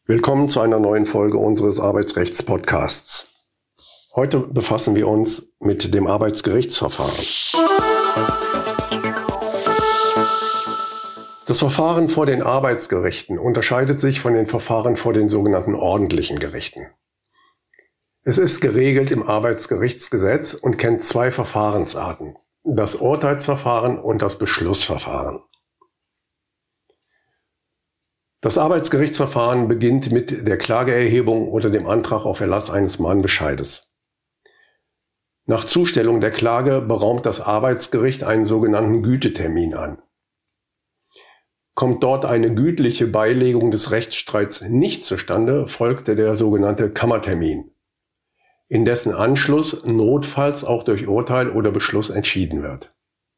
Willkommen zu einer neuen Folge unseres Arbeitsrechts-Podcasts. Heute befassen wir uns mit dem Arbeitsgerichtsverfahren. Das Verfahren vor den Arbeitsgerichten unterscheidet sich von den Verfahren vor den sogenannten ordentlichen Gerichten. Es ist geregelt im Arbeitsgerichtsgesetz und kennt zwei Verfahrensarten: das Urteilsverfahren und das Beschlussverfahren. Das Arbeitsgerichtsverfahren beginnt mit der Klageerhebung oder dem Antrag auf Erlass eines Mahnbescheides. Nach Zustellung der Klage beraumt das Arbeitsgericht einen sogenannten Gütetermin an. Kommt dort eine gütliche Beilegung des Rechtsstreits nicht zustande, folgte der sogenannte Kammertermin, in dessen Anschluss notfalls auch durch Urteil oder Beschluss entschieden wird.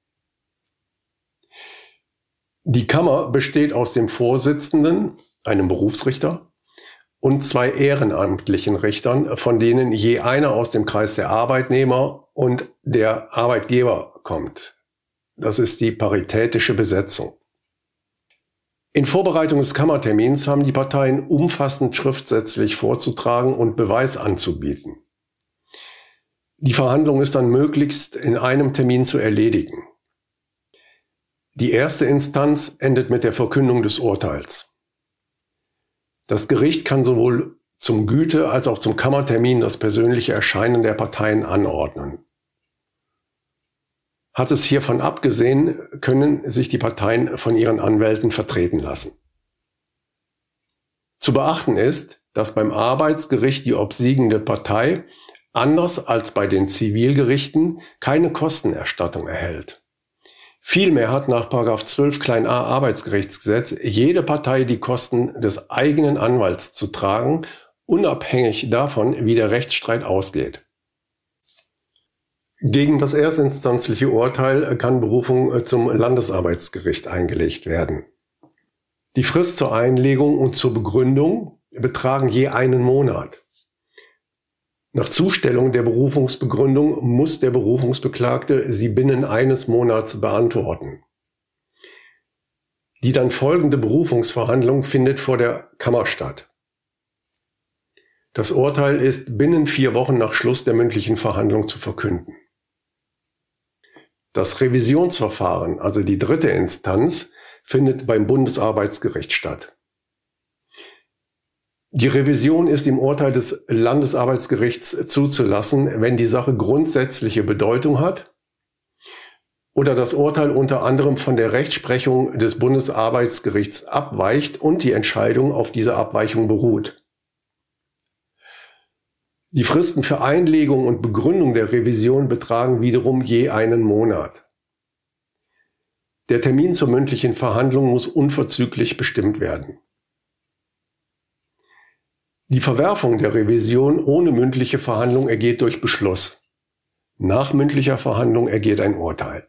Die Kammer besteht aus dem Vorsitzenden, einem Berufsrichter, und zwei ehrenamtlichen Richtern, von denen je einer aus dem Kreis der Arbeitnehmer und der Arbeitgeber kommt. Das ist die paritätische Besetzung. In Vorbereitung des Kammertermins haben die Parteien umfassend schriftsätzlich vorzutragen und Beweis anzubieten. Die Verhandlung ist dann möglichst in einem Termin zu erledigen. Die erste Instanz endet mit der Verkündung des Urteils. Das Gericht kann sowohl zum Güte- als auch zum Kammertermin das persönliche Erscheinen der Parteien anordnen. Hat es hiervon abgesehen, können sich die Parteien von ihren Anwälten vertreten lassen. Zu beachten ist, dass beim Arbeitsgericht die obsiegende Partei, anders als bei den Zivilgerichten, keine Kostenerstattung erhält. Vielmehr hat nach § 12 a Arbeitsgerichtsgesetz jede Partei die Kosten des eigenen Anwalts zu tragen, unabhängig davon, wie der Rechtsstreit ausgeht. Gegen das erstinstanzliche Urteil kann Berufung zum Landesarbeitsgericht eingelegt werden. Die Frist zur Einlegung und zur Begründung betragen je einen Monat. Nach Zustellung der Berufungsbegründung muss der Berufungsbeklagte sie binnen eines Monats beantworten. Die dann folgende Berufungsverhandlung findet vor der Kammer statt. Das Urteil ist binnen 4 Wochen nach Schluss der mündlichen Verhandlung zu verkünden. Das Revisionsverfahren, also die dritte Instanz, findet beim Bundesarbeitsgericht statt. Die Revision ist im Urteil des Landesarbeitsgerichts zuzulassen, wenn die Sache grundsätzliche Bedeutung hat oder das Urteil unter anderem von der Rechtsprechung des Bundesarbeitsgerichts abweicht und die Entscheidung auf dieser Abweichung beruht. Die Fristen für Einlegung und Begründung der Revision betragen wiederum je einen Monat. Der Termin zur mündlichen Verhandlung muss unverzüglich bestimmt werden. Die Verwerfung der Revision ohne mündliche Verhandlung ergeht durch Beschluss. Nach mündlicher Verhandlung ergeht ein Urteil.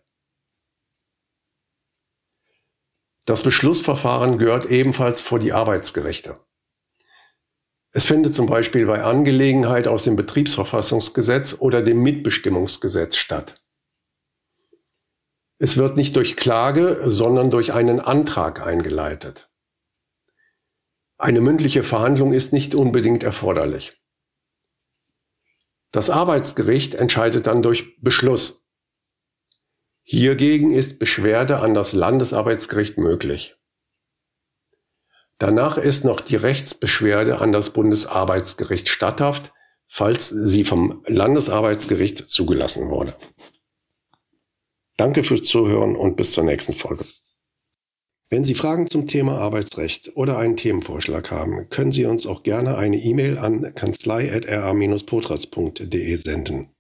Das Beschlussverfahren gehört ebenfalls vor die Arbeitsgerichte. Es findet zum Beispiel bei Angelegenheit aus dem Betriebsverfassungsgesetz oder dem Mitbestimmungsgesetz statt. Es wird nicht durch Klage, sondern durch einen Antrag eingeleitet. Eine mündliche Verhandlung ist nicht unbedingt erforderlich. Das Arbeitsgericht entscheidet dann durch Beschluss. Hiergegen ist Beschwerde an das Landesarbeitsgericht möglich. Danach ist noch die Rechtsbeschwerde an das Bundesarbeitsgericht statthaft, falls sie vom Landesarbeitsgericht zugelassen wurde. Danke fürs Zuhören und bis zur nächsten Folge. Wenn Sie Fragen zum Thema Arbeitsrecht oder einen Themenvorschlag haben, können Sie uns auch gerne eine E-Mail an kanzlei@ra-potraz.de senden.